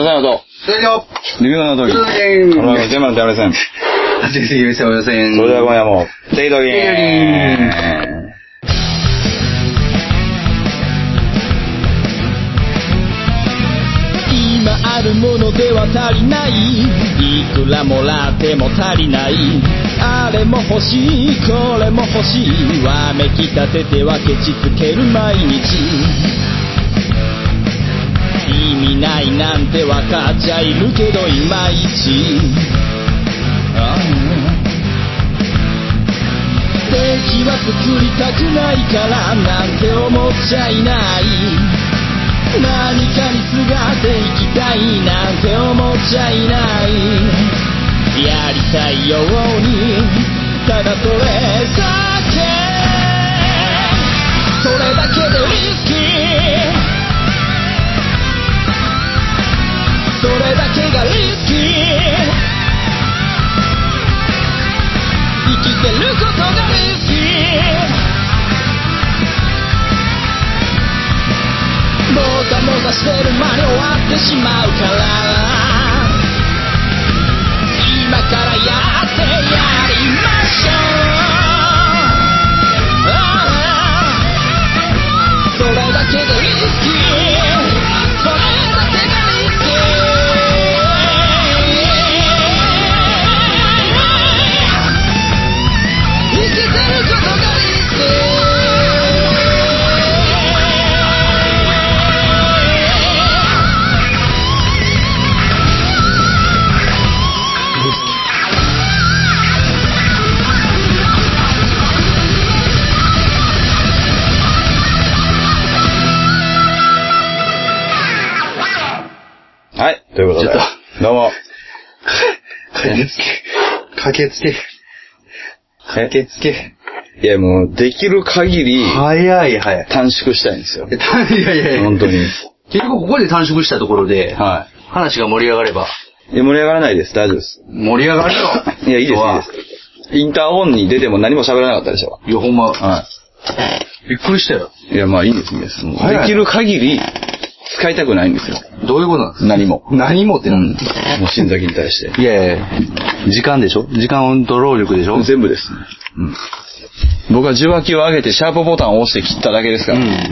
또 리뷰가 나도 제만 잘하세요. 소자 고야 뭐 데이더기 今あるものでは足りない、いくらもらっても足りない、あれも欲しいこれも欲しい、わめきたててはケチつける毎日、意味ないなんてわかっちゃいるけどいまいち、敵は作りたくないからなんて思っちゃいない、何かにすがっていきたいなんて思っちゃいない、やりたいようにただそれだけ、それだけでリスキー、それだけがリスキー、生きてることがリスキー、もたもたしてる間に終わってしまうから、今からやってやりましょう、それだけでリスキー、それだけがリスキー、生きてることがリスキー、 はい、ということで、どうも。 駆けつけ。 いや、もう、できる限り、 早い。 短縮したいんですよ。 いや。 本当に。 結局ここで短縮したところで、 は話が盛り上がれば。 い。盛り上がらないです。大丈夫です。 盛り上がるよ。 いや、いいです。インターホンに出ても何も喋らなかったでしょ。 いや、ほんま。 はびっくりしたよ。 い。いや、まあいいんです。できる限り、使いたくないんですよ。 どういうことなんですか？何もってなん、 もう新崎に対して。 いや、時間でしょ？時間と労力でしょ？ 全部です。僕は受話器を上げてシャープボタンを押して切っただけですから。 い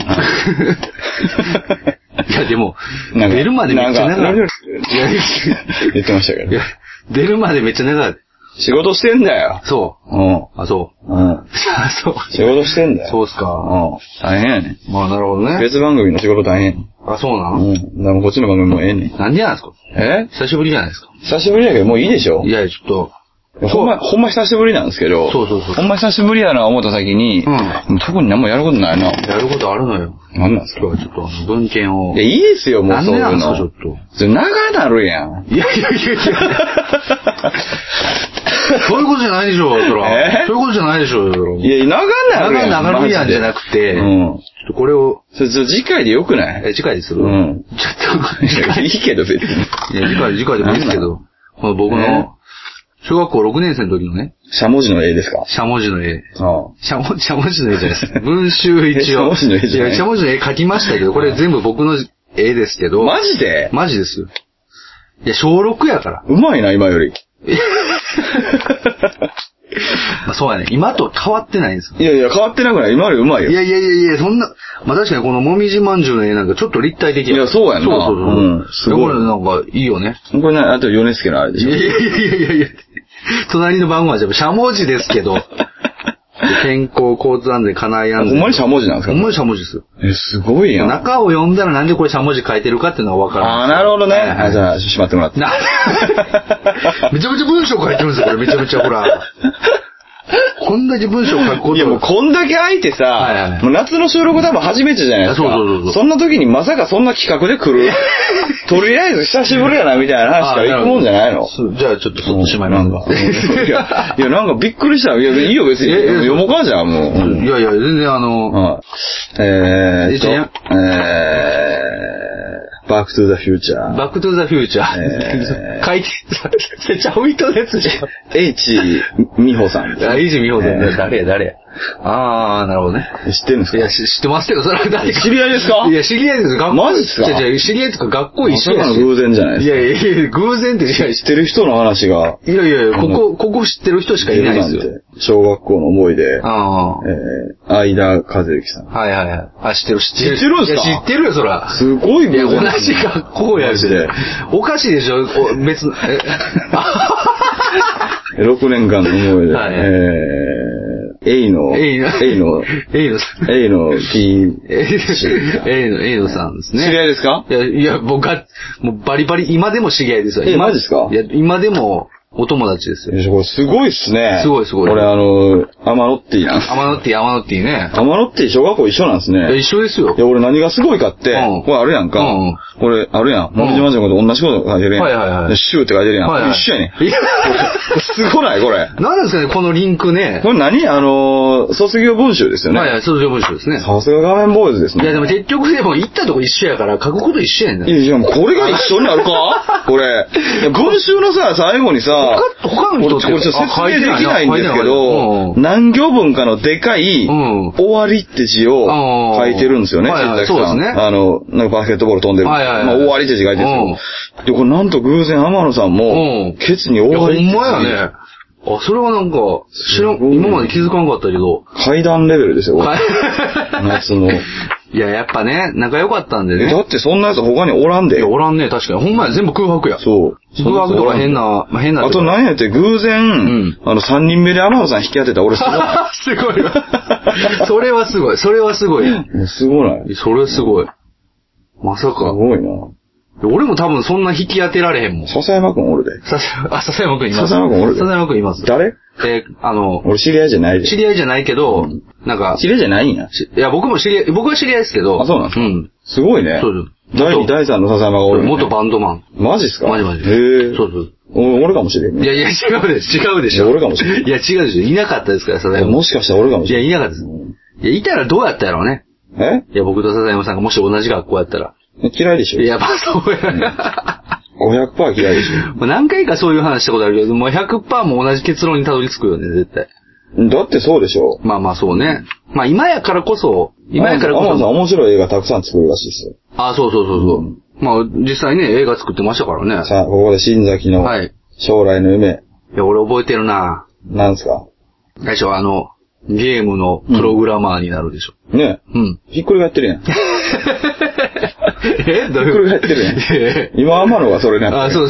や、でも、出るまでめっちゃ長い。 言ってましたけど。 出るまでめっちゃ長い。 仕事してんだよ。 そう。そう。そう。 仕事してんだよ。 そうっすか。 大変やね。 まあ、なるほどね。 別番組の仕事大変。 あ、そうなの？ でもこっちの番組もええねん。 なんでなんですか？久しぶりじゃないですか。 久しぶりやけどもういいでしょ？ いや、ちょっと。 ほんま久しぶりなんですけど。 そう。 ほんま久しぶりやな思った先に、特に何もやることないな。 やることあるのよ。 何なんですか？ 今日はちょっと文献を。 いや、いいですよ、もうそういうの。 なんでなんですか、ちょっと。 長なるやん。 いや。そういうことじゃないでしょ、そら。そういうことじゃないでしょ、そら。 いや、長なるやん。 長なるやんじゃなくて、ちょっとこれを。 それ次回でよくない？ 次回でする？ ちょっと。いいけど別に。 いや、次回でもいいですけど、この僕の、小学校6年生の時のね。 しゃもじの絵ですか？ しゃもじの絵。しゃもじの絵じゃないです。文集一応。 しゃもじの絵じゃない。 しゃもじの絵描きましたけど、これ全部僕の絵ですけど。 マジで？ マジです。いや、小6やから。 うまいな、今より。 まあそうやね。今と変わってないんですよ。 いや、変わってなくない？今よりうまいよ。 いや、そんな、まあ確かにこのもみじまんじゅうの絵なんかちょっと立体的や。 いや、そうやんな。 そう。すごい。これなんかいいよね。 これね、あと米助のあれでしょ。 いや。隣の番号はじゃあ、しゃもじですけど。健康交通安全、家内安全。 ほんまにしゃもじなんですか？ ほんまにしゃもじですよ。 すごいやん。 中を読んだらなんでこれしゃもじ書いてるかっていうのがわかる。 なるほどね。じゃあ、しまってもらって。 めちゃめちゃ文章書いてるんですよ、これ。めちゃめちゃ、ほら。こんだけ文章書くこと。 いやもうこんだけ空いてさ、もう夏の収録多分初めてじゃないですか。 そう。 そんな時にまさかそんな企画で来るとりあえず久しぶりやなみたいな話から行くもんじゃないの？ じゃあちょっとそっとしまいますか。 いやなんかびっくりした。いやいいよ別に。読もうかじゃあもう。 いや全然バックトゥザフューチャー。 バックトゥザフューチャー。書いて、めっちゃ置いとるやつじゃん。 H 美穂さん。 H 美穂さん。誰や。 ああ、なるほどね。 知ってるんですか？ いや、知ってますけど、それは誰か。 知り合いですか？ いや、知り合いですよ。 マジっすか？ 知り合いとか学校一緒やし。 まさかの偶然じゃないですか。 いや、偶然って、 知ってる人の話が。 いや、ここ知ってる人しかいないですよ。 小学校の思い出。相田和之さん。 はい。あ、知ってるんすか？ いや、知ってるよ、そら。 すごい偶然。 いや、同じ学校やし。おかしいでしょ、別の、 6年間の思い出。エイノさんですね。 知り合いですか？ いや、僕は、もうバリバリ、今でも知り合いですよ。 マジですか？ いや、今でも、お友達ですよ。 これすごいっすね。 すごい。 俺アマノッティやん。 アマノッティね。 アマノッティ小学校一緒なんですね。 一緒ですよ。 いや、俺何がすごいかって、これあるやんか。これあるやん。もみじまんじゅうのこと同じこと書いてるやん。 はい。 シューって書いてるやん。一緒やねん。すごないこれ。 何ですかね、このリンクね。 これ何卒業文集ですよね。 はい、卒業文集ですね。 さすが画面ボーイズですね。 いや、でも結局でも行ったとこ一緒やから、書くこと一緒やねん。 いや、これが一緒になるかこれ。いや、文集のさ、最後にさ、 他の人ってこれちょっと説明できないんですけど、何行分かのでかい、終わりって字を書いてるんですよね、新崎さん。 そうですね。 なんかバスケットボール飛んでる。終わりって字書いてるんですよ。で、これなんと偶然天野さんも、ケツに終わりって字。 ほんまやね。それはなんか、今まで気づかんかったけど。 階段レベルですよ、夏の。 いや、やっぱね、仲良かったんでね。 だってそんなやつ他におらんで。 いや、おらんね、確かに。ほんまや、全部空白や。 そう。 空白とか変な。 あと何やって偶然、3人目で天野さん引き当てた俺すごい。 すごいわ。それはすごい。 すごない？ それすごい。まさか。 すごいな。 俺も多分そんな引き当てられへんもん。 笹山くんおるで。 笹山くんいます。 笹山くんおるで。 笹山くんいます。 誰？俺知り合いじゃないで。 知り合いじゃないけど、なんか。 知り合いじゃないんや。 いや、僕は知り合いですけど。 あ、そうなんですか？すごいね。 そうです。 第2、第3の笹山がおる。 元バンドマン。 マジっすか？ マジ。 へえ。 そう。 俺かもしれんね。 いや、違うでしょ。 俺かもしれん。 いや、違うでしょ。いなかったですから、笹山。 もしかしたら俺かもしれん。 いや、いなかったです。いや、いたらどうやったやろうね。いや、僕と笹山さんがもし同じ学校やったら。 嫌いでしょ。 いや、まあそうやね。 500% 嫌いでしょ。 何回かそういう話したことあるけど、もう 100% も同じ結論にたどり着くよね、絶対。 だってそうでしょ。 まあそうね。まあ今やからこそ。 天野さん面白い映画たくさん作るらしいですよ。 あ、そう。まあ実際ね、映画作ってましたからね。 さあ、ここで新崎の将来の夢。 いや、俺覚えてるな。 なんすか？ 最初ゲームのプログラマーになるでしょ。 ね。ひっくり返ってるやん。 どういうひっくり返ってるやん。今天野がそれなんそう。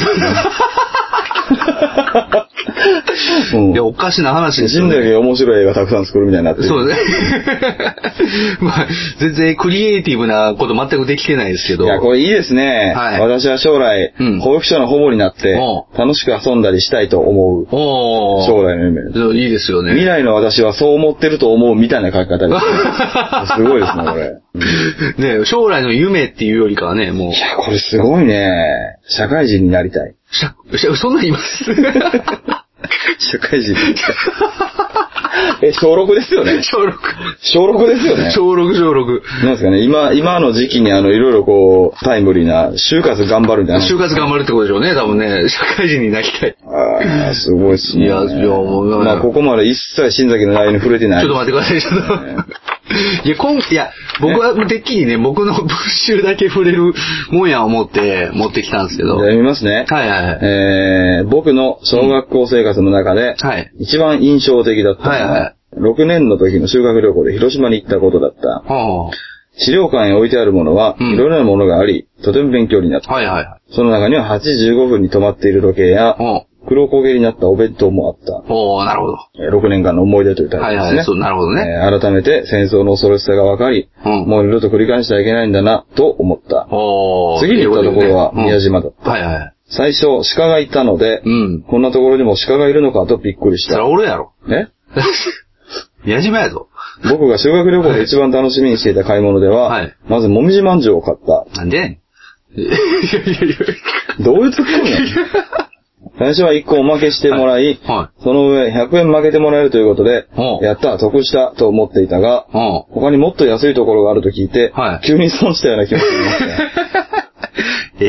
いや、おかしな話ですよね。 新崎が面白い映画たくさん作るみたいになってる。 そうね。まあ、全然クリエイティブなこと全くできてないですけど。 いや、これいいですね。私は将来、保育所の保護になって、楽しく遊んだりしたいと思う。将来の夢。 いいですよね。 未来の私はそう思ってると思うみたいな書き方です。すごいですね、これ。ね、将来の夢っていうよりかはね、もう。 いや、これすごいね。社会人になりたい。 そんな言います社会人。小6ですよね。 小 6ですよね。 小6。 なんですかね、今の時期にいろいろこう、タイムリーな、就活頑張るみたいな。 就活頑張るってことでしょうね、多分ね。社会人になりたい。 ああ、すごいっすね。 いや、もう。 まあ、ここまで一切新崎の内容に触れてない。 ちょっと待ってください、ちょっと。いや、僕はてっきりね、僕の文集だけ触れるもんや思って持ってきたんですけど。 じゃあ見ますね。僕の小学校生活の中で、一番印象的だったのは、6年の時の修学旅行で広島に行ったことだった。資料館に置いてあるものは、いろいろなものがあり、とても勉強になった。その中には8時15分に止まっている時計や、黒焦げになったお弁当もあった。 なるほど。 6年間の思い出というタイプですね。 そう、なるほどね。 改めて戦争の恐ろしさが分かり、もう二度と繰り返してはいけないんだな、と思った。次に行ったところは宮島だった。最初、鹿がいたので、こんなところにも鹿がいるのかとびっくりした。 それは俺やろ。宮島やぞ。 僕が修学旅行で一番楽しみにしていた買い物では、まずもみじまんじゅうを買った。 なんでどういうツッコミなの？最初は1個おまけしてもらい、その上100円負けてもらえるということで、やった、得したと思っていたが、他にもっと安いところがあると聞いて、急に損したような気持ちになった。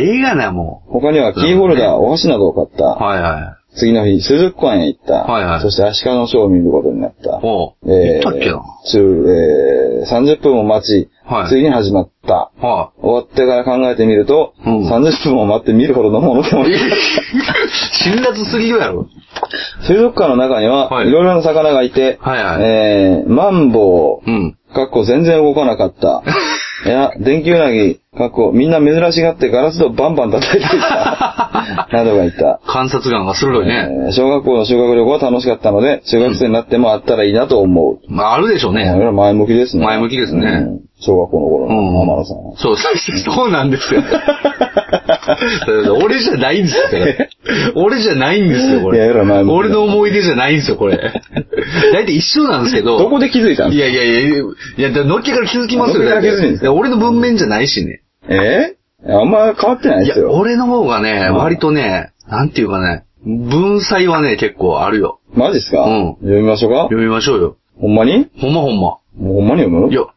映画な、もう。 他にはキーホルダー、お箸などを買った。 次の日、水族館へ行った。はいはい。そしてアシカのショーを見ることになった。 行ったっけな 30分を待ち、はい、次に始まった。はい、終わってから考えてみると、30分を待って見るほどのものでもない。 辛辣すぎるやろ。 水族館の中には、いろいろな魚がいて、はいはい、マンボウ、全然動かなかった。いや、電球うなぎ、みんな珍しがってガラス戸バンバン叩いていた。などがいた。 観察眼が鋭いね。 小学校の修学旅行は楽しかったので、中学生になってもあったらいいなと思う。 まあ、あるでしょうね。 前向きですね。 前向きですね。 小学校の頃の天野さん。 そうなんですよ。俺じゃないんですよ。俺じゃないんですよ、これ。俺の思い出じゃないんですよ、これ。だいたい一緒なんですけど。 どこで気づいたんですか？ いや、のっけから気づきますよね。俺の文面じゃないしね。 あんま変わってないですよ。 いや、俺の方がね、割とね、なんていうかね、文才はね、結構あるよ。 マジっすか？読みましょうか？ 読みましょうよ。 ほんまに？ ほんま。 ほんまに読む？ いや。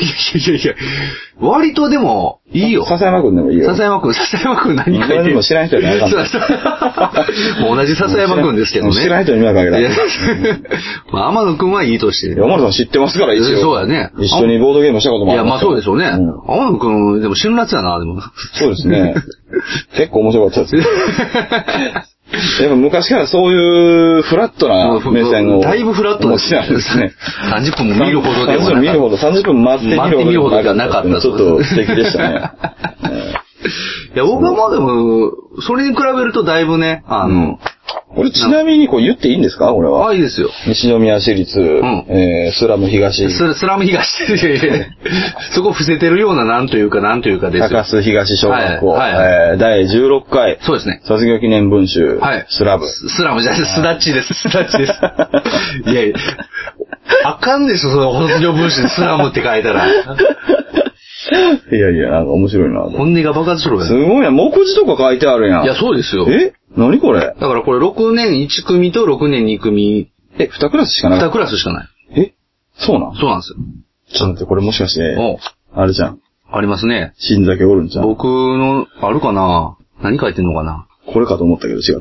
割とでも、いいよ。 笹山くんでもいいよ。 笹山くん何書いてる？ でも知らん人じゃないかも。同じ笹山くんですけどね。 知らん人に迷惑かけた。 まあ、天野くんはいいとして。 天野さん知ってますから、一応。 そうやね。 一緒にボードゲームしたこともある。 いや、まあそうでしょうね。天野くん、でも辛辣やな、でも。 そうですね。結構面白かったです。やっぱ昔からそういうフラットな目線を。 だいぶフラットですね。30分も見るほどでも 30分待って見るほどではなかった。 ちょっと素敵でしたね。 いや、僕はまあでも、それに比べるとだいぶね、 これちなみにこう言っていいんですかこれは。 いいですよ。 西宮市立、スラム東。 スラム東。そこ伏せてるようななんというかですよ。 高須東小学校、第16回。 そうですね。 卒業記念文集。スラム。 スラムじゃない、スダッチです。いや、あかんでしょ、その卒業文集にスラムって書いたら。 いや、なんか面白いな。 本音が爆発しろよ。 すごいな、目次とか書いてあるやん。 いや、そうですよ。 何これ？ だからこれ6年1組と6年2組。 2クラスしかない？ 2 クラスしかない。 そうなん？ そうなんですよ。 ちょっと待って、これもしかして、あれじゃん。 ありますね。 新酒おるんじゃん。 僕の、あるかな？何書いてんのかな？ これかと思ったけど違った。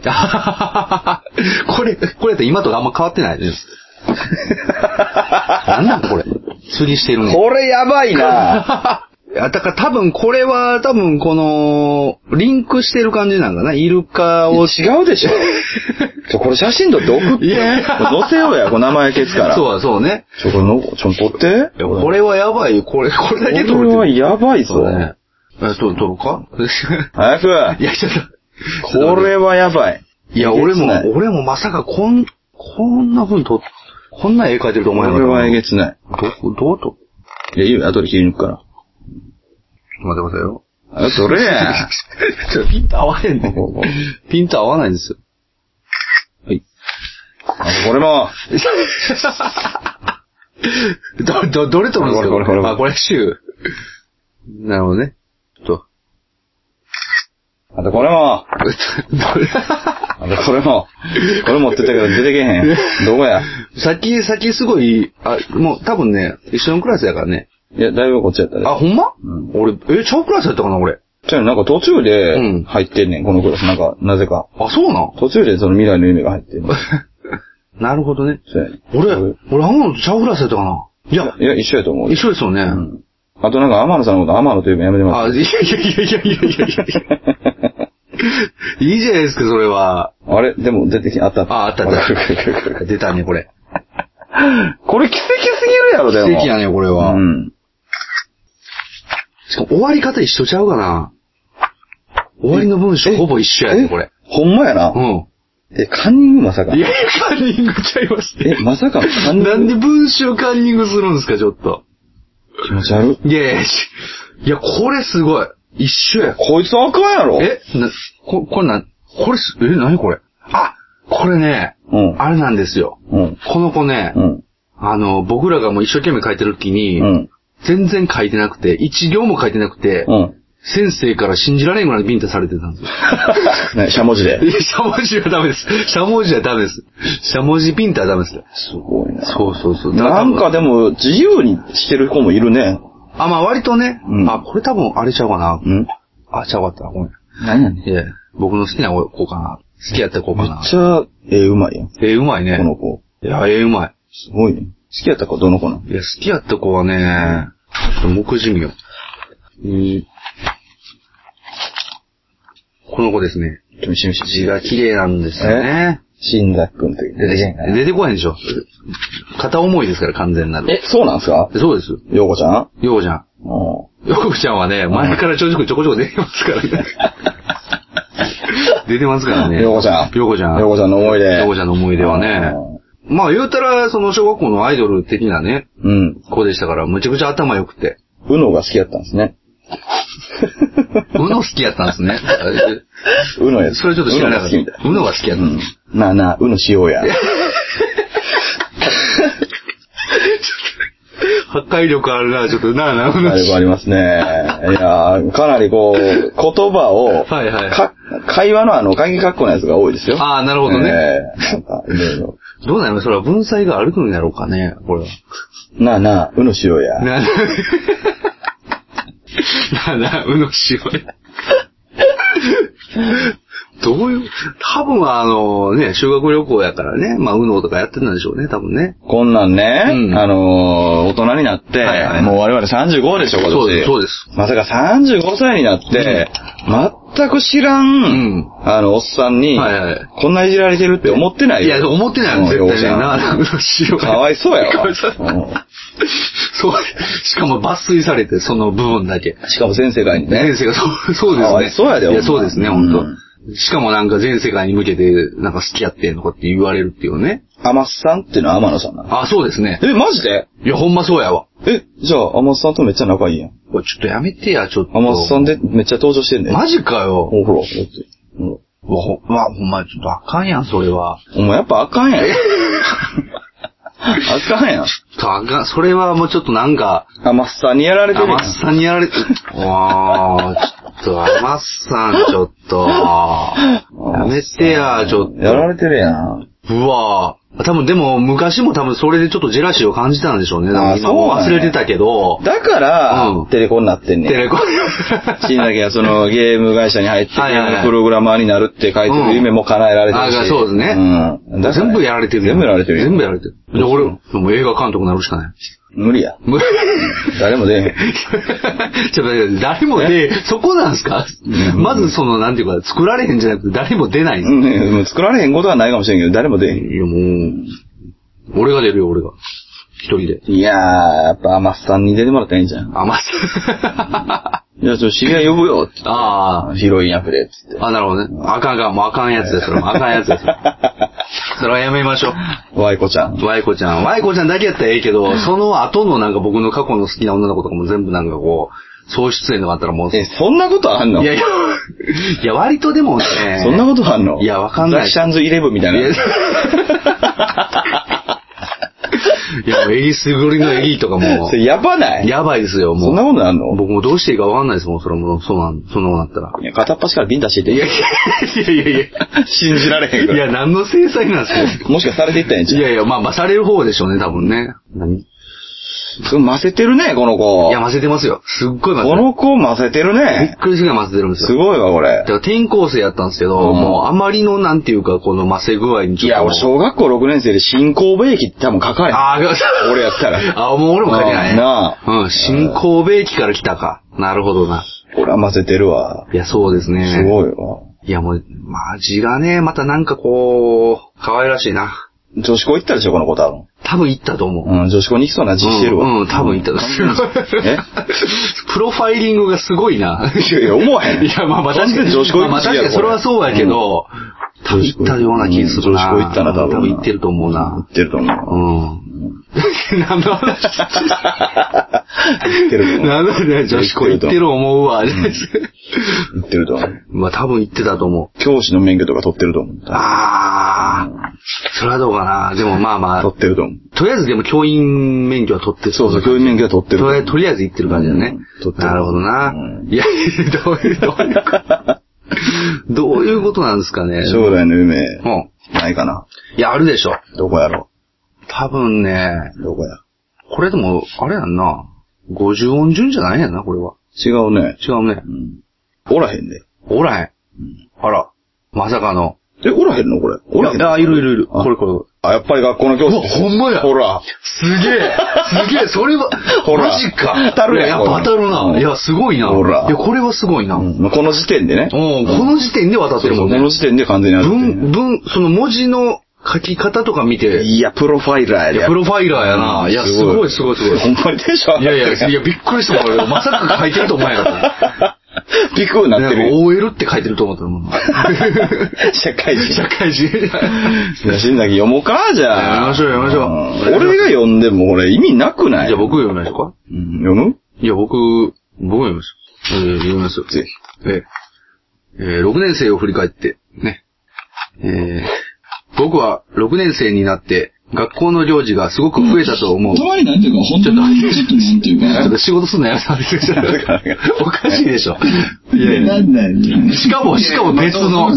これって今とあんま変わってないです。なんだこれ。釣りしてるね。 これやばいな。 だから多分これはこの、リンクしてる感じなんかな。イルカを。 違うでしょ。これ写真撮って送って。載せようや、これ名前消すから。 そうね。 これ撮って。 これはやばい。これだけ撮る。 これはやばいぞ。 撮るか早く。 いや、ちょっと。 これはやばい。 いや、俺もまさかこんな風にこんな絵描いてると思えなかった。 これはえげつない。 どうと？ いや、いいよ、後で切り抜くから。 待ってくださいよ。 それや。 ピント合わへんね。ピント合わないんですよ。はい。 これも。 どれ撮るんですか？これ週。なるほどね。 あとこれも。これ持ってたけど出てけへん。どこや。 さっきすごい、もう多分ね、一緒のクラスやからね。 いや、だいぶこっちやったね。 ほんま？俺、ちゃうクラスやったかな、俺。 なんか途中で入ってんねん、このクラス。なぜか。 そうなん？ 途中でその未来の夢が入ってんねん。 なるほどね。 そうやね。 俺、天野とちゃうクラスやったかな。いや、 一緒やと思う。 一緒ですよね。 あと天野さんのこと天野というかやめてもらって。 いや。いいじゃないですか、それは。 あれでも出てきあった。 あった。出たね、これ。 これ奇跡すぎるやろ、でも。 奇跡やね、これは。しかも終わり方一緒ちゃうかな。終わりの文章ほぼ一緒やね、これ。 ほんまやな。カンニングまさか。 いや、カンニングちゃいますね。 まさかカンニング。 なんで文章カンニングするんですか、ちょっと。 気持ち悪い。 いや、これすごい。一緒や。 こいつあかんやろ。 何これ。これね、あれなんですよ。この子ね、僕らがもう一生懸命書いてる時に、全然書いてなくて、一行も書いてなくて、先生から信じられんぐらいビンタされてたんですよ。 しゃもじで。 しゃもじはダメです。しゃもじはダメです。しゃもじピンタはダメです。 すごいな。 そう。 なんかでも自由にしてる子もいるね。 まあ割とね。これ多分あれちゃうかな。ちゃうかった。ごめん。 何やねん。 いや、僕の好きな子かな。 好きやった子かな。 めっちゃ、うまいやん。 うまいね。 この子。 いや、うまい。 すごいね。好きやった子どの子なの？ いや、好きやった子はね、ちょっと目次見よう。この子ですね。字が綺麗なんですよね。 新崎くんという。 出てこないでしょ。片思いですから、完全なる。 そうなんですか？ そうです。 ようこちゃん。 ようこちゃん。ようこちゃんはね、前からちょこちょこ出てますからね。出てますからね。 ようこちゃん。 ようこちゃん。 ようこちゃんの思い出。 ようこちゃんの思い出はね。まあ言うたら、その小学校のアイドル的なね、子でしたから、むちゃくちゃ頭良くて。 うのが好きやったんですね。 うの好きやったんですね。 うのやつ。 それちょっと知らなかった。うのが好きやったんです。 なあなあ、うのしようや。 破壊力あるな、ちょっとなあなあ。 破壊力ありますね。いやかなりこう、言葉を、会話の鍵括弧のやつが多いですよ。 ああ、なるほどね。 なんか、いろいろ。 どうなの？それは文才があるのになろうかね、これは。 なあなあ、うのしようや。 なあなあ、うのしようや。どういう、多分ね、修学旅行やからね、まあ、うのとかやってたんでしょうね、多分ね。 こんなんね、大人になって、もう我々35でしょ、今年。 そうです。 まさか35歳になって、全く知らん、おっさんに、こんないじられてるって思ってないよ。 いや、思ってないよ、絶対ね。 かわいそうやわ。 そう、しかも抜粋されて、その部分だけ。 しかも全世界にね。 全世界、そうですね。 かわいそうやで、 いや、そうですね、本当。しかもなんか全世界に向けて、なんか好きやってんのかって言われるっていうね。 天須さんっていうのは天野さんなの？ あ、そうですね。 マジで？ いや、ほんまそうやわ。 じゃあ、天須さんとめっちゃ仲いいやん。 ちょっとやめてや、ちょっと。 天須さんでめっちゃ登場してんねん。 マジかよ。 ほら、 ほんま、ちょっとあかんやん、それは。 お前やっぱあかんやん。あかんやん。 それはもうちょっとなんか。 天須さんにやられてるやん。 天須さんにやられてる。ちょっと、天須さん、ちょっと。やめてや、ちょっと。 やられてるやん。 うわぁ。多分でも昔も多分それでちょっとジェラシーを感じたんでしょうね。今も忘れてたけど。 だから、テレコになってんねん。 テレコ。 新崎がそのゲーム会社に入ってゲームプログラマーになるって書いてる夢も叶えられてるし。 そうですね。全部やられてる。 全部やられてる。 全部やられてる。じゃあ俺、もう映画監督になるしかない。 無理や。誰も出えへん。 誰も出えへん。そこなんすか？まずその、なんていうか、作られへんじゃなくて誰も出ないんです。 作られへんことはないかもしれんけど、誰も出えへん。 いやもう、俺が出るよ、俺が。一人で。 いやー、やっぱ天須さんに出てもらったらいいんじゃん。 天須さん。 いや、知り合い呼ぶよって。ヒロイン役で、つって。 なるほどね。あかん、もうあかんやつです。それもあかんやつです。それはやめましょう。 ワイコちゃん。 ワイコちゃんだけやったらええけど、その後のなんか僕の過去の好きな女の子とかも全部なんかこう、総出演とかあったらもう。 そんなことあんの？ いや、割とでもね。 そんなことあんの？ いや、わかんない。 ザ・シャンズ・イレブンみたいな。 いや、エギスグリのエギとかも。 それやばない？ やばいですよ、もう。 そんなことあんの？ 僕もどうしていいかわかんないですもん、それも、そんなのなったら。 いや、片っ端からビンタしてて。 いや。 信じられへんから。 いや、何の制裁なんですか？ もしかされていったんやんちゃう？ いや、まあ、される方でしょうね、多分ね。 混ぜてるね、この子。 いや、混ぜてますよ。すっごい混ぜてる。 この子混ぜてるね。 びっくりするぐらい混ぜてるんですよ。 すごいわ、これ。 だから転校生やったんですけど、もうあまりのなんていうか、この混ぜ具合にちょっと。 いや、俺小学校6年生で新神戸駅って多分書かれへん。俺やったら。 もう俺も書いてないね。 なあ。新神戸駅から来たか。なるほどな。 俺は混ぜてるわ。 いや、そうですね。 すごいわ。 いや、もう、味がね、またなんかこう、可愛らしいな。 女子校行ったでしょ、この子多分。 多分行ったと思う。 女子校に行きそうな味してるわ。 多分行ったと思う。プロファイリングがすごいな。 いや、思わへん。 いや、まあ確かに女子校行った。 まあ確かにそれはそうやけど、多分行ったような気がするな。 女子校行ったな、多分。 多分行ってると思うな。 行ってると思う。 何の話？ 行ってると思う。 なんだね、女子校行ってる思うわ。 行ってると思う。 まあ多分行ってたと思う。教師の免許とか取ってると思う。 それはどうかな。でもまあ。 取ってると思う。 とりあえずでも教員免許は取ってる。 そう、教員免許は取ってる。 とりあえず行ってる感じだね。なるほどな。いや、どういうことなんですかね。 将来の夢、ないかな。 いや、あるでしょ。 どこやろう。多分ね。 どこや。 これでも、あれやんな。50音順じゃないやんな、これは。 違うね。 違うね。 おらへんで。 おらへん。あら。まさかの。 おらへんのこれ。おらへんの？ いる。これ。 やっぱり学校の教師。 ほんまや。 ほら。 すげえ、それは、ほら。マジか。 当たるやん。 やっぱ当たるな。いや、すごいな。 ほら。 いや、これはすごいな。 この時点でね。 この時点で当たってるもんね。 この時点で完全に当たってる。 その文字の書き方とか見て。 いや、プロファイラーや。 プロファイラーやな。いや、すごい。 ほんまにテンション上がってる。 いや、びっくりしたもん。まさか書いてると思わなかった。 ビッグになってる。 OL って書いてると思ったもん。 社会人。 新崎読もうかじゃあ。読みましょう。 俺が読んでもこれ意味なくない？ じゃあ僕読みましょうか。 読む？ いや、僕読みます。読みますよ。ぜひ。6年生を振り返って、ね。僕は6年生になって、学校の行事がすごく増えたと思う。 たまになんていうか、本当にちょっとなんていうか。 ちょっと仕事すんのやめてください。おかしいでしょ。 いや、なんだよ。 しかも別の。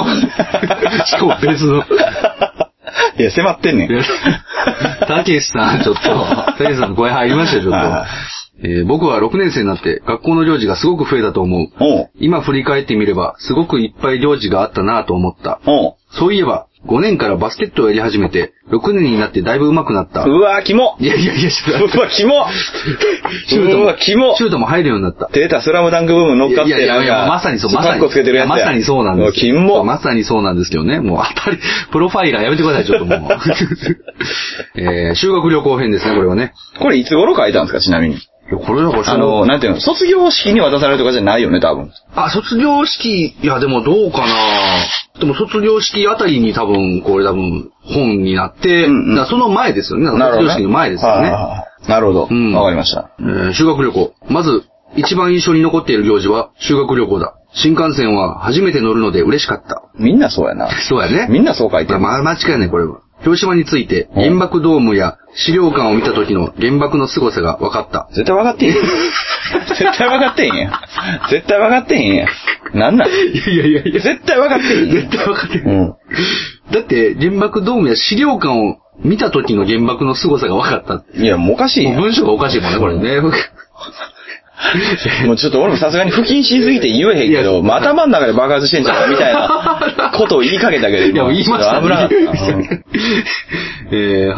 いや、迫ってんねん。 たけしさん、ちょっと。たけしさんの声入りましたよ、ちょっと。僕は6年生になって学校の行事がすごく増えたと思う。今振り返ってみれば、すごくいっぱい行事があったなぁと思った。そういえば、5年からバスケットをやり始めて、6年になってだいぶ上手くなった。 うわ、キモ。 いや、 うわ、キモ。 シュートも入るようになった。 出た、スラムダンクブーム乗っかって。 いや、まさにそう、まさにそうなんです。 キモ。 まさにそうなんですけどね。もうプロファイラーやめてください、ちょっともう。修学旅行編ですね、これはね。 これいつ頃書いたんですか、ちなみに。 これなんていうの、卒業式に渡されるとかじゃないよね、多分。 卒業式、いや、でもどうかな。でも卒業式あたりに本になって、その前ですよね。卒業式の前ですよね。 なるほど。わかりました。 修学旅行。まず、一番印象に残っている行事は修学旅行だ。新幹線は初めて乗るので嬉しかった。 みんなそうやな。 そうやね。 みんなそう書いてる。 間違いない、これは。広島について、原爆ドームや資料館を見た時の原爆の凄さが分かった。 絶対分かってへん。絶対分かってへんやん。絶対分かってへんやん。なんなん？ いや。 絶対分かってへん。 絶対分かってへん。だって、原爆ドームや資料館を見た時の原爆の凄さが分かった。 いや、もうおかしいやん。 文章がおかしいもんね、これね。 もうちょっと俺もさすがに不謹慎すぎて言えへんけど、頭の中で爆発してんじゃんみたいなことを言いかけたけど、 いや、言いました。 危なかった。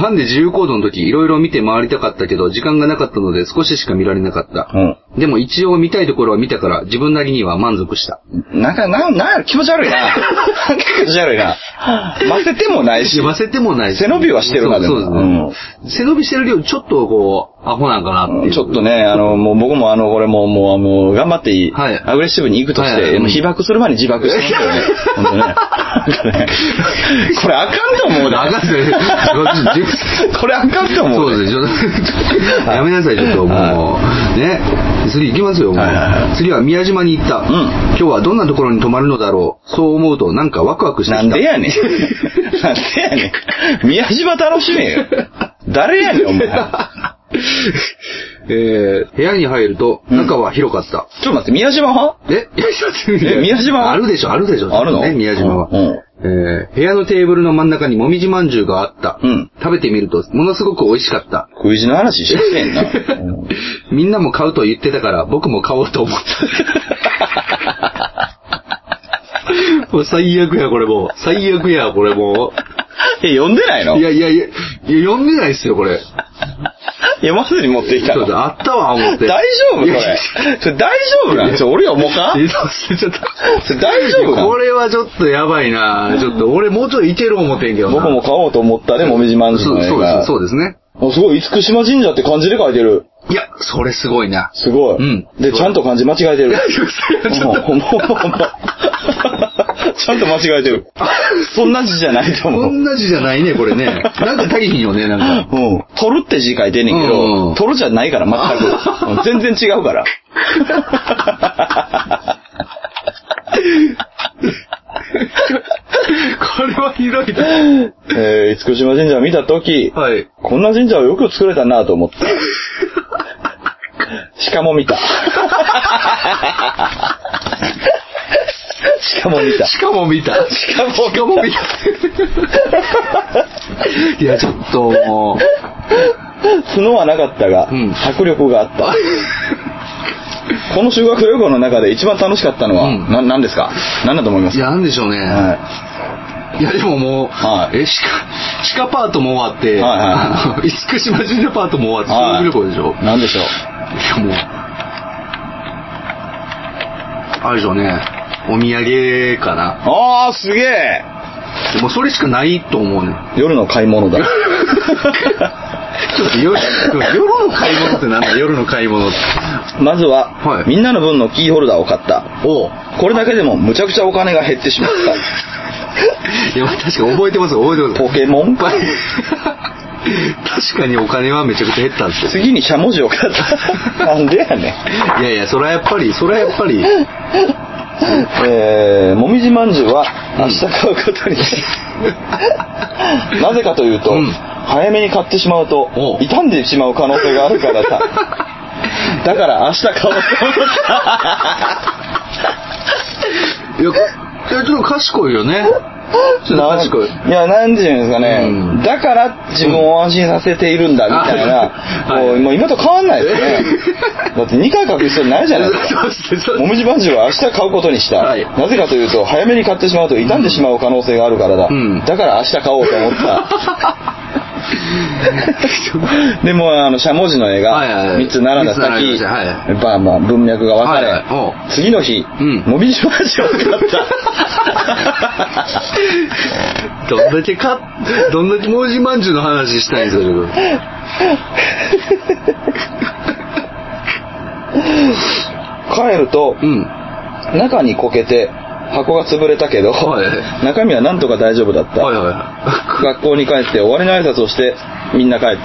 ハンデ自由行動の時、いろいろ見て回りたかったけど、時間がなかったので少ししか見られなかった。でも一応見たいところは見たから、自分なりには満足した。 なんか気持ち悪いな。気持ち悪いな。ませてもないし。背伸びはしてるな、でも。 そうですね。背伸びしてるけど、ちょっとアホなんかなっていう。 ちょっとね、もう僕もこれもう頑張っていい。アグレッシブに行くとして、被爆する前に自爆してますよね。本当ね。これあかんと思うで。 あかんで。 これあかんと思う。 そうです。やめなさい、ちょっともう。ね。次行きますよ、もう。次は宮島に行った。今日はどんなところに泊まるのだろう。そう思うとなんかワクワクしてきた。 なんでやねん。宮島楽しめよ。誰やねん、お前。 部屋に入ると、中は広かった。 ちょっと待って、宮島は？宮島はあるでしょ。 あるの？ ね、宮島は。部屋のテーブルの真ん中にもみじまんじゅうがあった。食べてみると、ものすごく美味しかった。 食い地の話してんな。 みんなも買うと言ってたから、僕も買おうと思った。もう最悪や、これもう。最悪や、これもう。 読んでないの？ いや、読んでないっすよ、これ。 読まずに持ってきたの？ あったわ、思って。 大丈夫それ大丈夫なん？俺読もうか？大丈夫なん？ これはちょっとやばいな。ちょっと俺もうちょっといける思ってんけどな。 僕も買おうと思ったね、もみじまんじゅうの映画。 そうですね。 すごい、厳島神社って漢字で書いてる。 いや、それすごいな。 すごい。で、ちゃんと漢字間違えてる。ちゃんと間違えてる。そんな字じゃないと思う。 そんな字じゃないね、これね。なんか足りひんよね、なんか。 取るって字書いてんねんけど、取るじゃないから、全く。全然違うから。 これはひどいな。 厳島神社を見たとき、こんな神社をよく作れたなと思った。鹿も見た。 いや、ちょっともう。 角はなかったが、迫力があった。この修学旅行の中で一番楽しかったのは、何ですか？何だと思いますか？ いや、なんでしょうね。 いやでももう、 はい、 鹿パートも終わって、厳島神社パートも終わって、修学旅行でしょ。 なんでしょう。 いやもう、あれでしょうね、お土産かな。 ああ、すげえ。 もうそれしかないと思うね。 夜の買い物だ。 夜の買い物ってなんだ、夜の買い物って。 まずは、みんなの分のキーホルダーを買った。これだけでもむちゃくちゃお金が減ってしまった。 いや、確か覚えてます。 ポケモンパイ。 確かにお金はめちゃくちゃ減ったんですよ。 次にしゃもじを買った。なんでやねん。いや、それはやっぱり。 もみじまんじゅうは明日買うことにしなぜかというと、早めに買ってしまうと傷んでしまう可能性があるからだ。だから明日買おうと思った。 いやちょっと賢いよね。 賢い。いや、なんていうんですかね、だから自分を安心させているんだみたいな、もう今と変わんないですね。だって2回書く必要ないじゃないですか。もみじまんじゅうは明日買うことにした。なぜかというと、早めに買ってしまうと傷んでしまう可能性があるからだ。だから明日買おうと思った。でもしゃもじの絵が3つ並んだ先、文脈が分かれ、次の日、もみじまんじゅうを買った。 どんだけもみじまんじゅうの話したいんですよ。 帰ると、中にこけて箱が潰れたけど、中身はなんとか大丈夫だった。学校に帰って終わりの挨拶をしてみんな帰った。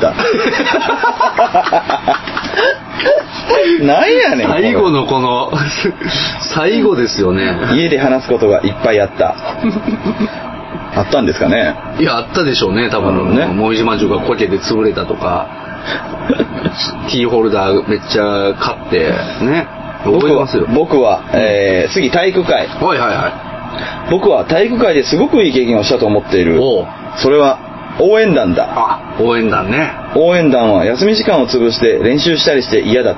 なんやねん。 最後の最後ですよね。 家で話すことがいっぱいあった。あったんですかね。 いや、あったでしょうね、多分ね。もみじまんじゅうがこけて潰れたとか、キーホルダーめっちゃ買ってね。 僕は、次体育会。僕は体育会ですごくいい経験をしたと思っている。それは応援団だ。 応援団ね。 応援団は休み時間を潰して練習したりして嫌だった。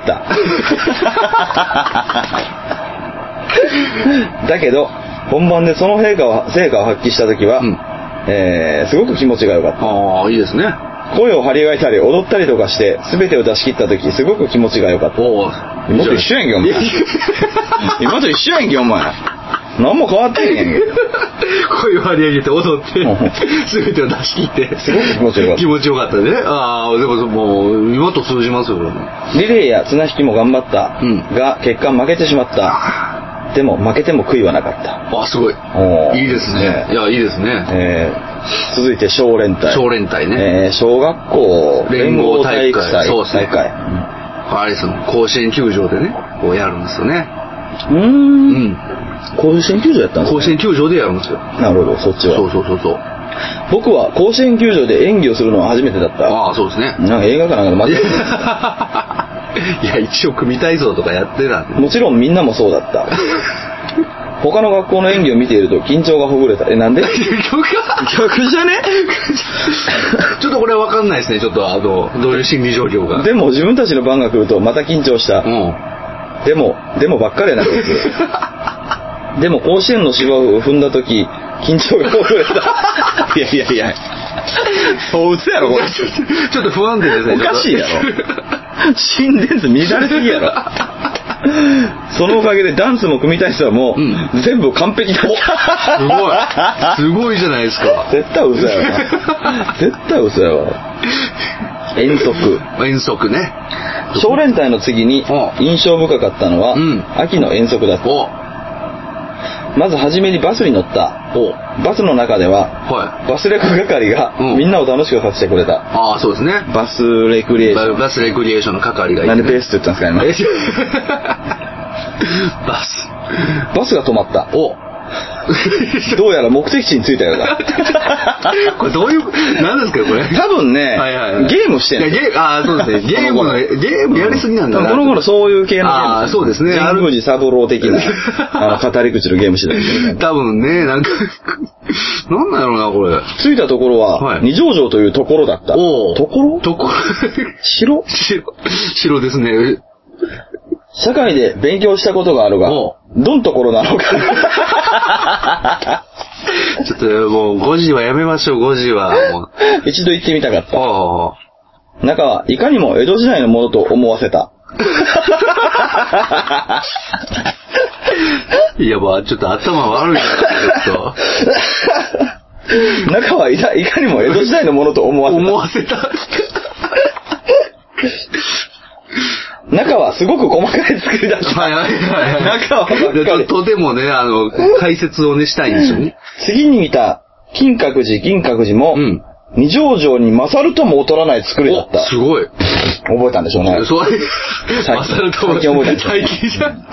だけど本番でその成果を発揮した時は、すごく気持ちが良かった。 いいですね。 声を張り上げたり踊ったりとかして全てを出し切った時すごく気持ちが良かった。今と一緒やんけお前。今と一緒やんけお前。何も変わってへんやんけ。 声を張り上げて踊って全てを出し切ってすごく気持ちよかった。 気持ちよかったね。でももう今と通じますよ。 リレーや綱引きも頑張った、が結果負けてしまった。でも負けても悔いはなかった。 すごい。いいですね。いや、いいですね。 続いて小連隊。 小連隊ね。 小学校連合体育祭。 そうですね。あれですよ、甲子園球場でね、こうやるんですよね。 甲子園球場やったんですか？ 甲子園球場でやるんですよ。 なるほど、そっちは。 そう。 僕は甲子園球場で演技をするのは初めてだった。 そうですね。 なんか映画かなんかで待ってる。 いや、一応組体操とかやってたんで。 もちろんみんなもそうだった。他の学校の演技を見ていると緊張がほぐれた。なんで？逆じゃね？ ちょっとこれは分かんないですね。ちょっとどういう心理状況が。 でも自分たちの番が来るとまた緊張した。でもばっかりなこいつ。でも甲子園の芝を踏んだ時緊張がほぐれた。いやそう嘘やろこれ。 ちょっと不安定ですね。 おかしいやろ。心電図乱れすぎやろ。そのおかげでダンスも組体操も全部完璧だった。 すごいじゃないですか。 絶対嘘やわ。遠足ね。小連隊の次に印象深かったのは秋の遠足だった。まず初めにバスに乗った。バスの中ではバスレク係がみんなを楽しくさせてくれた。 そうですね。 バスレクリエーション。 バスレクリエーションの係がいて、 なんでベースって言ったんですかバスが止まった。どうやら目的地に着いたようだ。 これどういう、何ですかこれ。 多分ね、ゲームしてんの。 そうですね。ゲームやりすぎなんだな。 この頃そういう系のゲーム。 そうですね。 神宮寺三郎的な、語り口のゲームしてたんですよね。 多分ね、なんだろうな、これ。 着いたところは、二条城というところだった。ところ城ですね。 社会で勉強したことがあるが、どんところなのか。 ちょっともう5時はやめましょう、5時は。もう一度行ってみたかった。中はいかにも江戸時代のものと思わせた。 いや、もうちょっと頭悪いな、ちょっと。 中はいかにも江戸時代のものと思わせた。中はすごく細かい作りだった。 はいはいはい。 中はとてもね、解説をね、したいんですよね。 次に見た、金閣寺も、二条城に勝るとも劣らない作りだった。 すごい。 覚えたんでしょうね。 勝るとも劣らない。最近じゃん。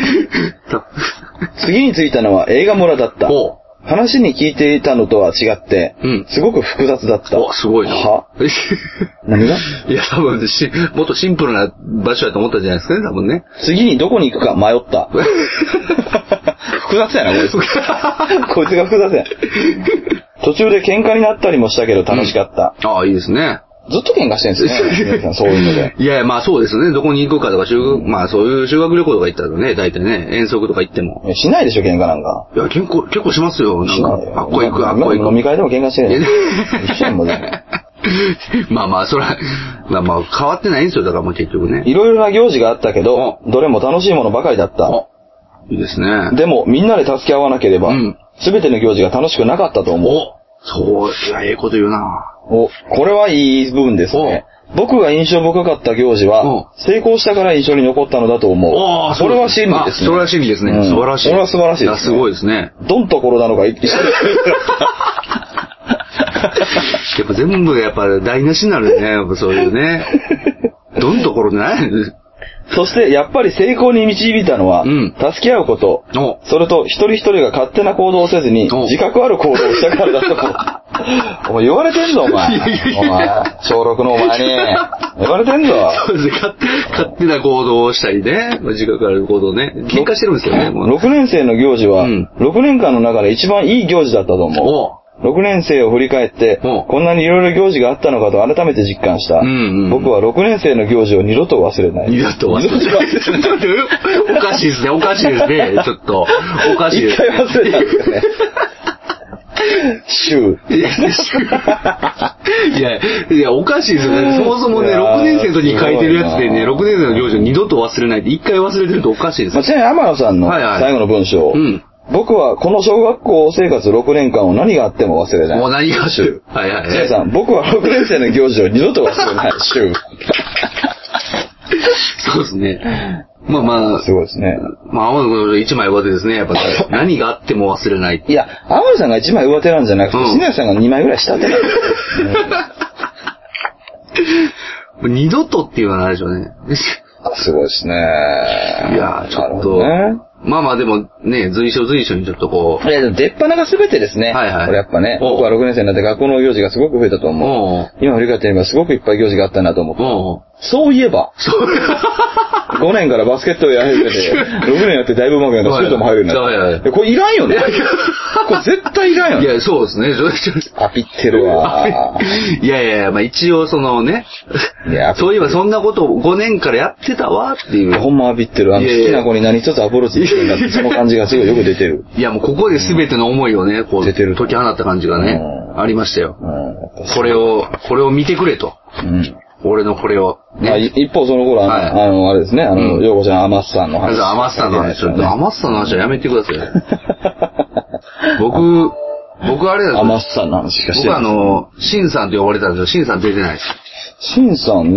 次についたのは映画村だった。話に聞いていたのとは違って、すごく複雑だった。 すごいな。 は何が？ いや、多分もっとシンプルな場所だと思ったんじゃないですかね、多分ね。 次にどこに行くか迷った。複雑やな、こいつ。こいつが複雑や。途中で喧嘩になったりもしたけど楽しかった。 ああ、いいですね。 ずっと喧嘩してるんですよね。皆さんそういうので。 いや、まあそうですね。どこに行くかとか、まあそういう修学旅行とか行ったらね、大体ね、遠足とか行っても。 しないでしょ、喧嘩なんか。 いや、結構しますよ。なんか、あっこ行く。 飲み会でも喧嘩してるやん。一緒やんもんね。 まあ、それは、まあ変わってないんですよ、だからもう結局ね。 いろいろな行事があったけど、どれも楽しいものばかりだった。 いいですね。 でも、みんなで助け合わなければ、すべての行事が楽しくなかったと思う。 そう、いや、ええこと言うな。 これはいい部分ですね。僕が印象深かった行事は、成功したから印象に残ったのだと思う。 それは真理ですね。それは真理ですね。素晴らしい。 これは素晴らしいです。 すごいですね。 どんところなのが一緒やっぱ全部やっぱ台無しになるね。やっぱそういうね。どんところじゃない。 そして、やっぱり成功に導いたのは、助け合うこと、それと一人一人が勝手な行動をせずに、自覚ある行動をしたからだと。お前言われてんぞ、お前。小6のお前に。言われてんぞ。 そうですね、勝手な行動をしたりね、自覚ある行動ね。喧嘩してるんですよね。 6年生の行事は、6年間の中で一番いい行事だったと思う。6年生を振り返って、こんなにいろいろ行事があったのかと改めて実感した。僕は6年生の行事を二度と忘れない。 二度と忘れない。おかしいですね、おかしいですね。ちょっと、おかしいです。 一回忘れたんですよね。 いや、おかしいですよね。そもそもね、6年生の時に書いてるやつでね、6年生の行事を二度と忘れないって一回忘れてるとおかしいですよ。 ちなみに天野さんの最後の文章。僕はこの小学校生活6年間を何があっても忘れない。 もう何が週。 はいはい。皆さん、僕は6年生の行事を二度と忘れない。週。 そうですね。まあ。 すごいですね。 まあ、天野君一枚上手ですね。やっぱ何があっても忘れない。 いや、天野さんが一枚上手なんじゃなくて、篠谷さんが2枚ぐらい下手なんですよ。二度とっていうのはないでしょうね。 すごいですね。 いや、ちょっと。まあでもね、随所にちょっとこう。 いや、でも出っ鼻が全てですね。はいはい。これやっぱね、僕は6年生になって学校の行事がすごく増えたと思う。今振り返ってみればすごくいっぱい行事があったなと思う。そういえば。5年からバスケットをやり始めて、6年やってだいぶ上手くなったシュートも入るようになった。これいらんよね。これ絶対いらんよね。 いや、そうですね。 アピってるわ。 いや、まあ一応そのね、そういえばそんなことを5年からやってたわっていう。 ほんまアピってる。好きな子に何一つアプローチできるんだって、その感じがすごいよく出てる。 いや、もうここで全ての思いをね、こう、解き放った感じがね、ありましたよ。これを見てくれと。俺のこれを。 一方その頃あれですね、ヨーコちゃん、アマッサンの話。 アマッサンの話。アマッサンの話はやめてください。僕あれだアマッサンの話しかしてない。 僕シンさんと呼ばれたんですよ。シンさん出てないです。 シンさんね、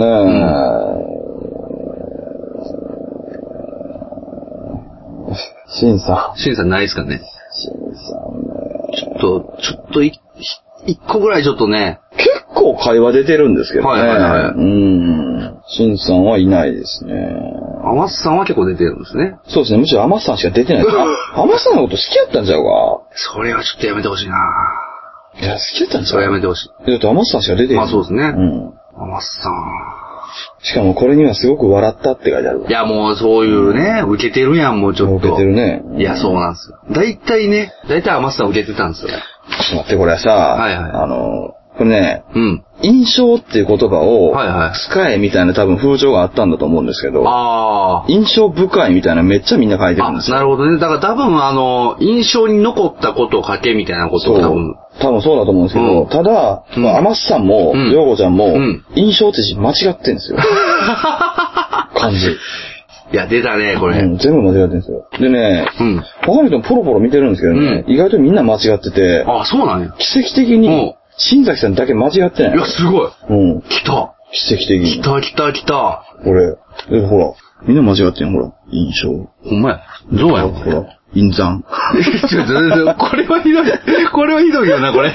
シンさんないですかね。 シンさんね。 ちょっと一個ぐらいちょっとね。 結構会話出てるんですけどね。シンさんはいないですね。 アマッサンは結構出てるんですね。 そうですね。むしろアマッサンしか出てない。アマッサンのこと好きやったんちゃうか。 それはちょっとやめてほしいな。 いや、好きやったんちゃう。 それやめてほしい。 だってアマッサンしか出てない。 まあそうですね。アマッサン。 しかもこれにはすごく笑ったって書いてある。 いや、もうそういうね、受けてるやん、もうちょっと。 受けてるね。 いや、そうなんですよ。大体アマッサン受けてたんですよ。 ちょっと待って、これさ、 これね、印象っていう言葉を使えみたいな多分風潮があったんだと思うんですけど、印象深いみたいなめっちゃみんな書いてるんですよ。 なるほどね。だから多分印象に残ったことを書けみたいなことを多分そうだと思うんですけど、ただ、アマスさんも、ヨウコちゃんも、印象って間違ってんですよ。漢字。 いや、出たね、これ。 全部間違ってるんですよ。でね、他の人もポロポロ見てるんですけどね、意外とみんな間違ってて、 そうなんや。 奇跡的に、新崎さんだけ間違ってない。 いや、すごい。来た。 奇跡的に。 来た。 これ、ほら、みんな間違ってんほら、印象。 ほんまや。どうやん。 ほら、印残。 これはひどい。これはひどいよな、これ。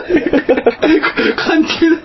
関係ない。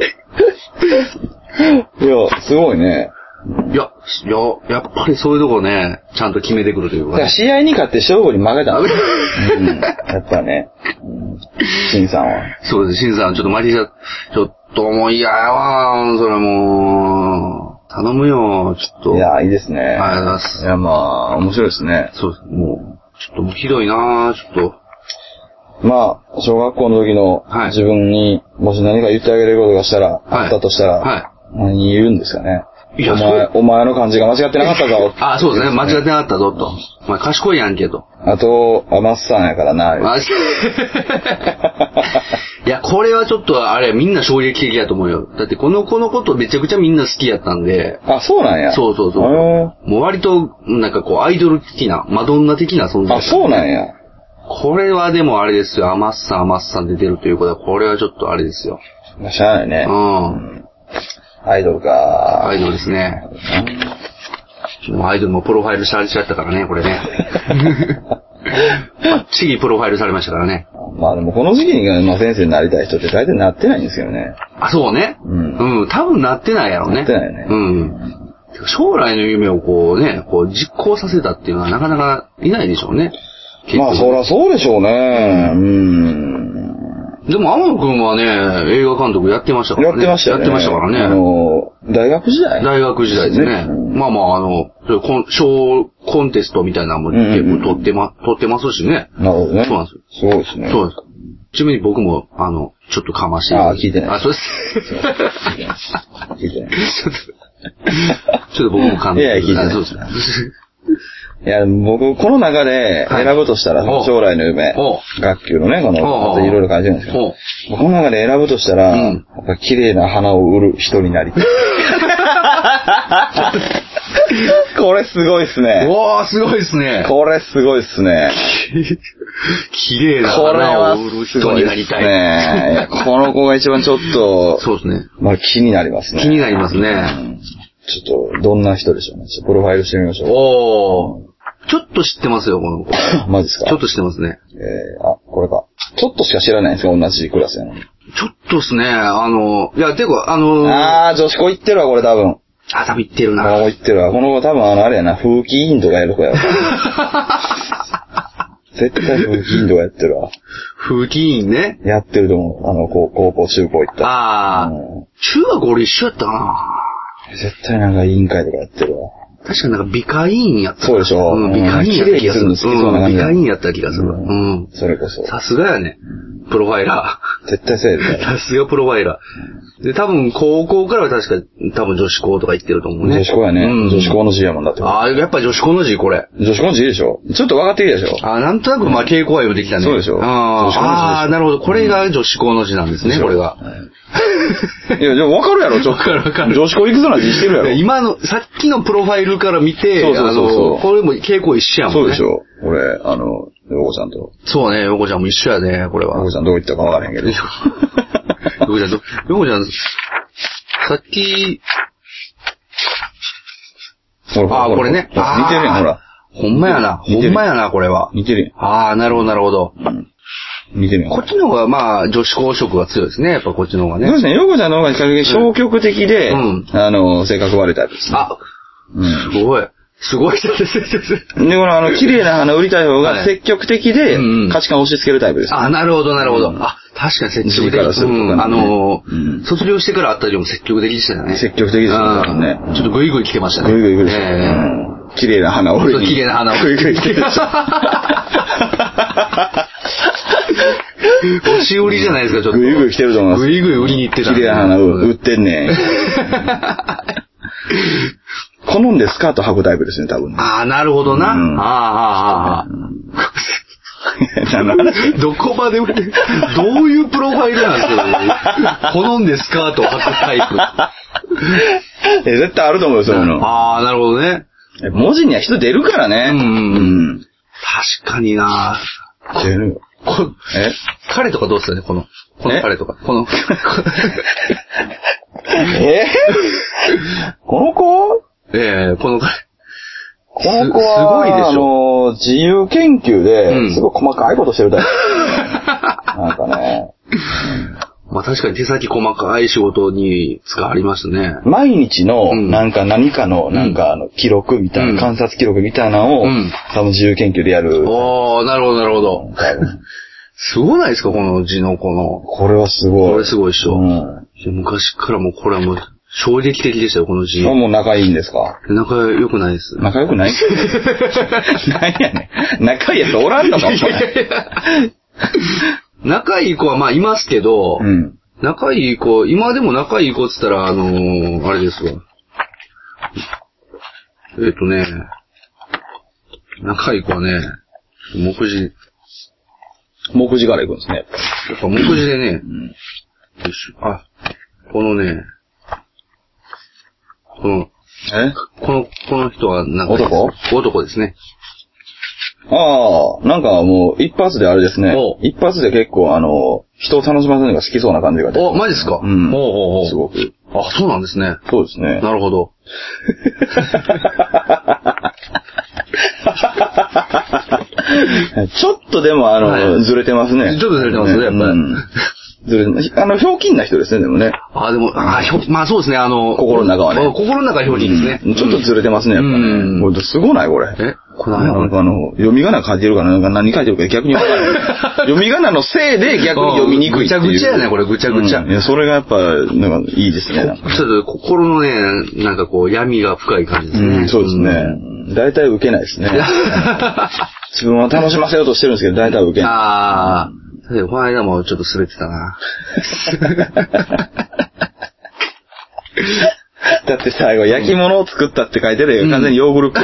いや、すごいね。 やっぱりそういうとこね、ちゃんと決めてくるというか、ね。 試合に勝って勝負に負けたんですよ。やっぱね。シンさんは。 そうです、シンさん、ちょっと負けちゃ、ちょっともう嫌やわ、それもう、頼むよ、ちょっと。 いや、いいですね。 ありがとうございます。 いや、まあ、面白いですね。 そうです、もう、ちょっともうひどいなちょっと。まあ、小学校の時の自分に、もし何か言ってあげれることがしたら、あったとしたら、何言うんですかね。お前の漢字が間違ってなかったぞ。 そうですね。間違ってなかったぞと。お前賢いやんけと。 あと、アマスさんやからな。 いや、これはちょっと、あれ、みんな衝撃的やと思うよ。だって、このことめちゃくちゃみんな好きやったんで。 そうなんや。 そう。もう割と、なんかこう、アイドル的な、マドンナ的な存在。 そうなんや。 これはでもあれですよ。アマスさんで出るということは、これはちょっとあれですよ。 しゃあないね。アイドルか。 アイドルですね。アイドルもプロファイルされちゃったからね、これね。バッチリプロファイルされましたからね。 まあでもこの時期に先生になりたい人って大体なってないんですよね。 そうね。多分なってないやろね。 なってないよね。 将来の夢をこうね、こう実行させたっていうのはなかなかいないでしょうね。 まあそりゃそうでしょうね。 でも天野くんはね、映画監督やってましたからね。 やってましたからね。 大学時代ですね。まあコンテストみたいなのも結構撮ってますしね。 なるほどね。 そうなんですよ。 すごいですね。 そうです。ちなみに僕も、ちょっとかまして。 聞いてない。 そうです。 聞いてない。 ちょっと僕も感動。 いや、聞いてない。そうです。いや、僕、この中で選ぶとしたら、将来の夢、学級のね、いろいろ書いてるんですけど、この中で選ぶとしたら、やっぱ綺麗な花を売る人になりたい。これすごいっすね。 すごいっすね。 これすごいっすね。 綺麗な花を売る人になりたい。 ね。この子が一番ちょっと、 そうですね。 まあ気になりますね。 気になりますね。 ちょっと、どんな人でしょうね。プロファイルしてみましょう。 ちょっと知ってますよ、この子。 マジですか？ ちょっと知ってますね。 これか。ちょっとしか知らないんですか？同じクラスやのに。 ちょっとっすね。いや、てか、 女子校行ってるわ、これ多分。 多分行ってるな。 行ってるわ。この子多分あれやな、風紀委員とかやる子やろ。絶対風紀委員とかやってるわ。 風紀委員ね。 やってると思う。高校、中高行った。 中学俺一緒やったな。 絶対なんか委員会とかやってるわ。 確かになんか美化委員やった。 そうでしょ。 美化委員やった気がする。美化委員やった気がする。 それこそ。 さすがやね。プロファイラー。絶対そうやで。 さすがプロファイラー。で、多分高校からは確か多分女子校とか行ってると思うね。 女子校やね。女子校の字やもんだって。 やっぱ女子校の字これ。 女子校の字でしょ。ちょっと分かってきたでしょ。 なんとなく傾向は読んできたね。 そうでしょ。 なるほど。これが女子校の字なんですね、これが。 いや、でも分かるやろ、ちょっと。 分かる。 女子校行くぞな字してるやろ。 今の、さっきのプロファイルから見て、これも傾向一緒やもんね。 そうでしょ。俺、ヨコちゃんと。 そうね、ヨコちゃんも一緒やね、これは。 ヨコちゃんどこ行ったか分からへんけど。ヨコちゃん、さっき、これね。 似てるやん、ほら。 ほんまやな、これは。 似てるやん。なるほど。 似てるやん。 こっちの方が、女子校色が強いですね、やっぱこっちの方がね。 そうですね、ヨコちゃんの方が比較的消極的で、性格悪いタイプですね。 すごい。すごい。で、 綺麗な花売りたい方が積極的で、価値観を押し付けるタイプです。 なるほど。確かに積極的。卒業してから会った時も積極的でしたよね。 積極的ですね。 ちょっとグイグイ来てましたね。 グイグイ来てましたね。綺麗な花を売りに。 綺麗な花をグイグイ来てました。 押し売りじゃないですか、ちょっと。 ぐいぐい来てると思います。 ぐいぐい売りに行ってた。 綺麗な花売ってんねん。好んでスカート履くタイプですね、多分ね。 ああ、なるほどな。どこまで売れるどういうプロファイルなんですか好んでスカートを履くタイプ。絶対あると思うよ、そういうの。 ああ、なるほどね。 文字には人出るからね。 確かにな出るよ。 彼とかどうですかね、この彼とか。この子この子は、 すごいでしょ。 自由研究で、すごい細かいことしてるタイプ。なんかね。 まあ確かに手先細かい仕事に使われますね。 毎日の、何かの、記録みたいな、観察記録みたいなのを、多分自由研究でやる。 ああ、なるほど、なるほど。すごないですか、この字のこの。 これはすごい。 これすごいでしょ。昔からもうこれはもう、衝撃的でしたよ、この字。 もう仲いいんですか？ 仲良くないです。 仲良くない何やねん。仲いいやつおらんのか、 仲いい子はまあいますけど、仲いい子、今でも仲いい子って言ったら、あれですわ。仲いい子はね、目次から行くんですね。やっぱ目次でね、このね、この人はなんか男ですね。 ああ、なんかもう一発であれですね。一発で結構人を楽しませるのが好きそうな感じが出て。 マジですか？ すごく。 あ、そうなんですね。 そうですね。 なるほど。 ちょっとでもずれてますね。 ちょっとずれてますね、やっぱり。 ひょうきんな人ですね、でもね。 まあそうですね、 心の中はね。 心の中はひょうきんですね。 ちょっとずれてますね、やっぱね。これすごないこれ。 これなんか読み仮名書いてるから、何書いてるか逆に分からない。読み仮名のせいで逆に読みにくいっていう。 ぐちゃぐちゃやね、これ、ぐちゃぐちゃ。 それがやっぱ、なんかいいですね。 ちょっと心のね、なんかこう、闇が深い感じですね。 そうですね。大体受けないですね。自分は楽しませようとしてるんですけど、大体受けない。 ああ。この間もちょっと滑ってたな。 だって最後、焼き物を作ったって書いてるよ。完全にヨーグルト。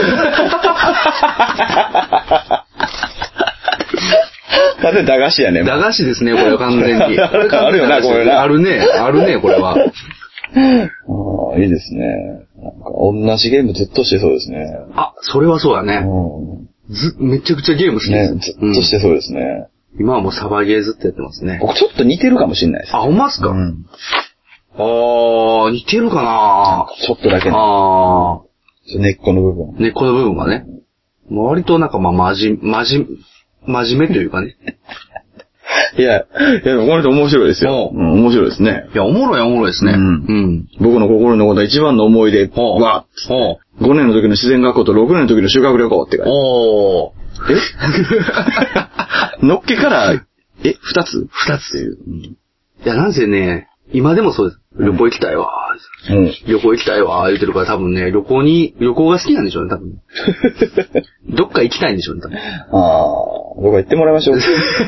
完全に駄菓子やね。 駄菓子ですね、これは完全に。 あるよな、これな。 あるね、これは。 いいですね。なんか同じゲームずっとしてそうですね。 あ、それはそうだね。めちゃくちゃゲーム好きです。 ずっとしてそうですね。 今はもうサバゲーずっとやってますね。 僕ちょっと似てるかもしれないです。 あ、ほんまっすか？似てるかな？ ちょっとだけね。根っこの部分。 根っこの部分がね。割となんかまあ真面目というかね。 いや、これで面白いですよ。面白いですね。 いや、おもろいですね。 僕の心のことは一番の思い出は、5年の時の自然学校と6年の時の修学旅行って書いてある。のっけから、2つ ?2 つ。いや、なんせね、今でもそうです。旅行行きたいわ。旅行行きたいわ、言ってるから多分ね、旅行が好きなんでしょうね、多分。どっか行きたいんでしょうね、多分。 僕は行ってもらいましょう。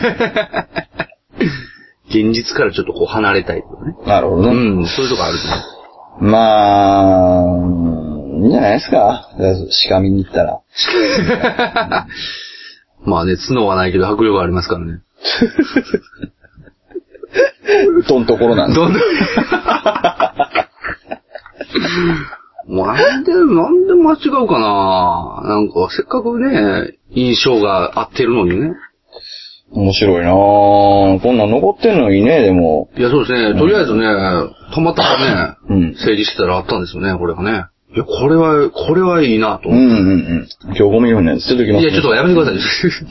現実からちょっとこう離れたいとかね。 なるほどね。 そういうとこあるとね。 まあ、いいんじゃないですか。鹿見に行ったら。 まあね、角はないけど迫力がありますからね。 どんところなんです。 もうなんで間違うかな。なんかせっかくね、印象が合ってるのにね。 面白いなぁ。こんなん残ってんのいいね、でも。 いや、そうですね。とりあえずね、たまたまね、整理してたらあったんですよね、これがね。いや、これはいいなと。 今日ゴミのね、捨てときます。 いや、ちょっとやめてください。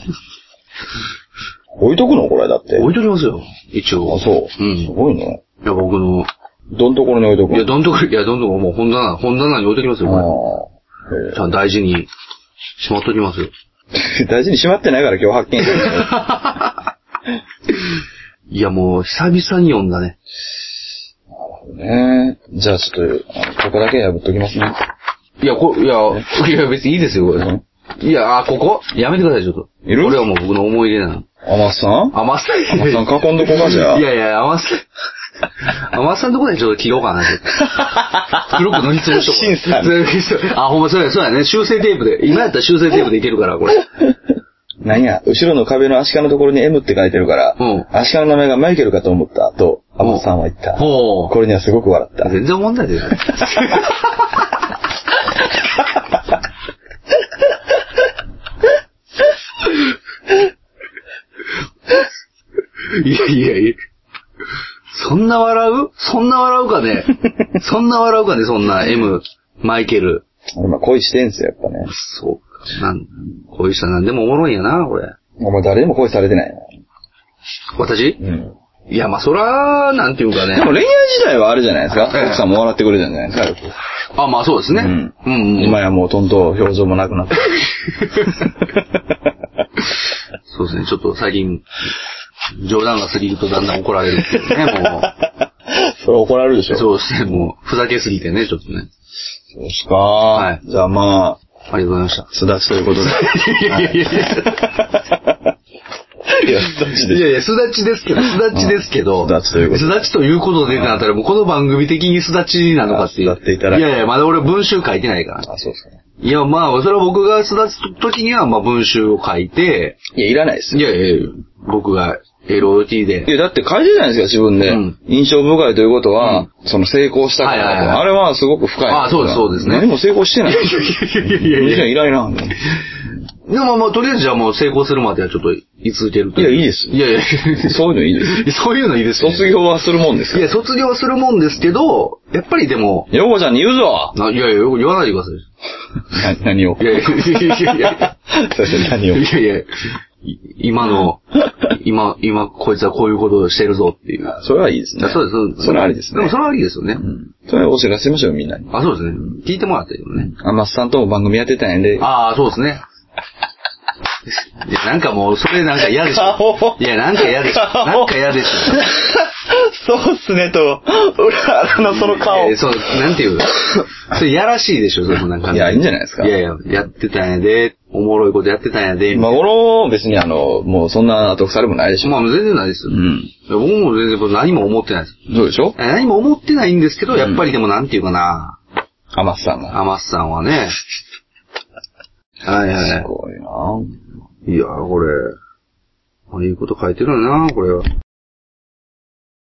置いとくのこれだって。 置いときますよ、一応。 あ、そう。すごいね。 いや、僕の。 どんところに置いとくの？ いや、どんところ、もう本棚に置いときますよ、これ。ちゃんと大事にしまっときますよ。 大事にしまってないから今日発見した。 いや、もう久々に読んだね。 なるほどね。じゃあちょっと、ここだけ破っときますね。 いや、別にいいですよ、これ。いや、ここやめてください、ちょっと。これはもう僕の思い出なの。 アマスさんアマスさん囲んどこかじゃあ。 いやいや、アマスさんとこでちょっと切ろうかな。黒く塗りつぶしとこう。 審査。 あ、ほんまそうやね。修正テープで。今やったら修正テープでいけるから、これ。 なんや、後ろの壁のアシカのところに M って書いてるから、アシカの名前がマイケルかと思ったと、アマスさんは言った。これにはすごく笑った。 全然問題ですね。いや。そんな笑うかね。そんな M、マイケル。 今恋してんすよ、やっぱね。 そうか。恋したらなんでもおもろいんやな、これ。 お前誰にも恋されてないな。 私？いや、まあ、そら、なんていうかね。 でも恋愛時代はあるじゃないですか。奥さんも笑ってくれるじゃないですか、よく。 あ、まあそうですね。 今やもうとんと表情もなくなって。 そうですね、ちょっと最近、冗談が過ぎるとだんだん怒られるっていうね、もう。 それ怒られるでしょ。 そうですね、もう、ふざけすぎてね、ちょっとね。 そうですか。はい。じゃあまあ。 ありがとうございました。 すだちということで。いや、すだちです。 いや、すだちですけど。すだちということで。すだちということでってなったら、もうこの番組的にすだちなのかっていう。 っていただいや、まだ俺文集書いてないから。 あ、そうですね。 いや、まあ、それは僕がすだち時には、まあ、文集を書いて。 いや、いらないですよ。 いや、僕が LOT で。 いや、だって書いてないんですよ、自分で。印象深いということは、その成功したから。あれはすごく深い。 あ、そうですね。 何も成功してない。いや、いらないな。 でもまあ、とりあえずじゃあもう成功するまではちょっと居続けると。 いや、いいです。 いや。 そういうのいいです。 そういうのいいです。 卒業はするもんですかいや、卒業はするもんですけど、やっぱりでも。 ヨコちゃんに言うぞいや、言わないでください。 何をいや。 先生、何をいや。今、こいつはこういうことをしてるぞっていう。 それはいいですね。 そうです。 それはありですね。 でもそれはありですよね。 それをお知らせしましょう、みんなに。 あ、そうですね。聞いてもらったけどね。 アマスさんとも番組やってたんやで。 ああ、そうですね。いや、なんかもう、それなんか嫌でしょ。いや、なんか嫌でしょ。 そうっすね、と、その顔。 そう、なんていう。それやらしいでしょ、そのなんか。 いや、いいんじゃないですか。 いや、やってたんやで、おもろいことやってたんやで。 まあ、俺別にもうそんな後腐れもないでしょ。 まあ、全然ないですよ。僕も全然何も思ってないです。 そうでしょ？ 何も思ってないんですけど、やっぱりでもなんていうかな。 アマスさんはね。はい。 すごいな。 いや、これ、いいこと書いてるな、これは。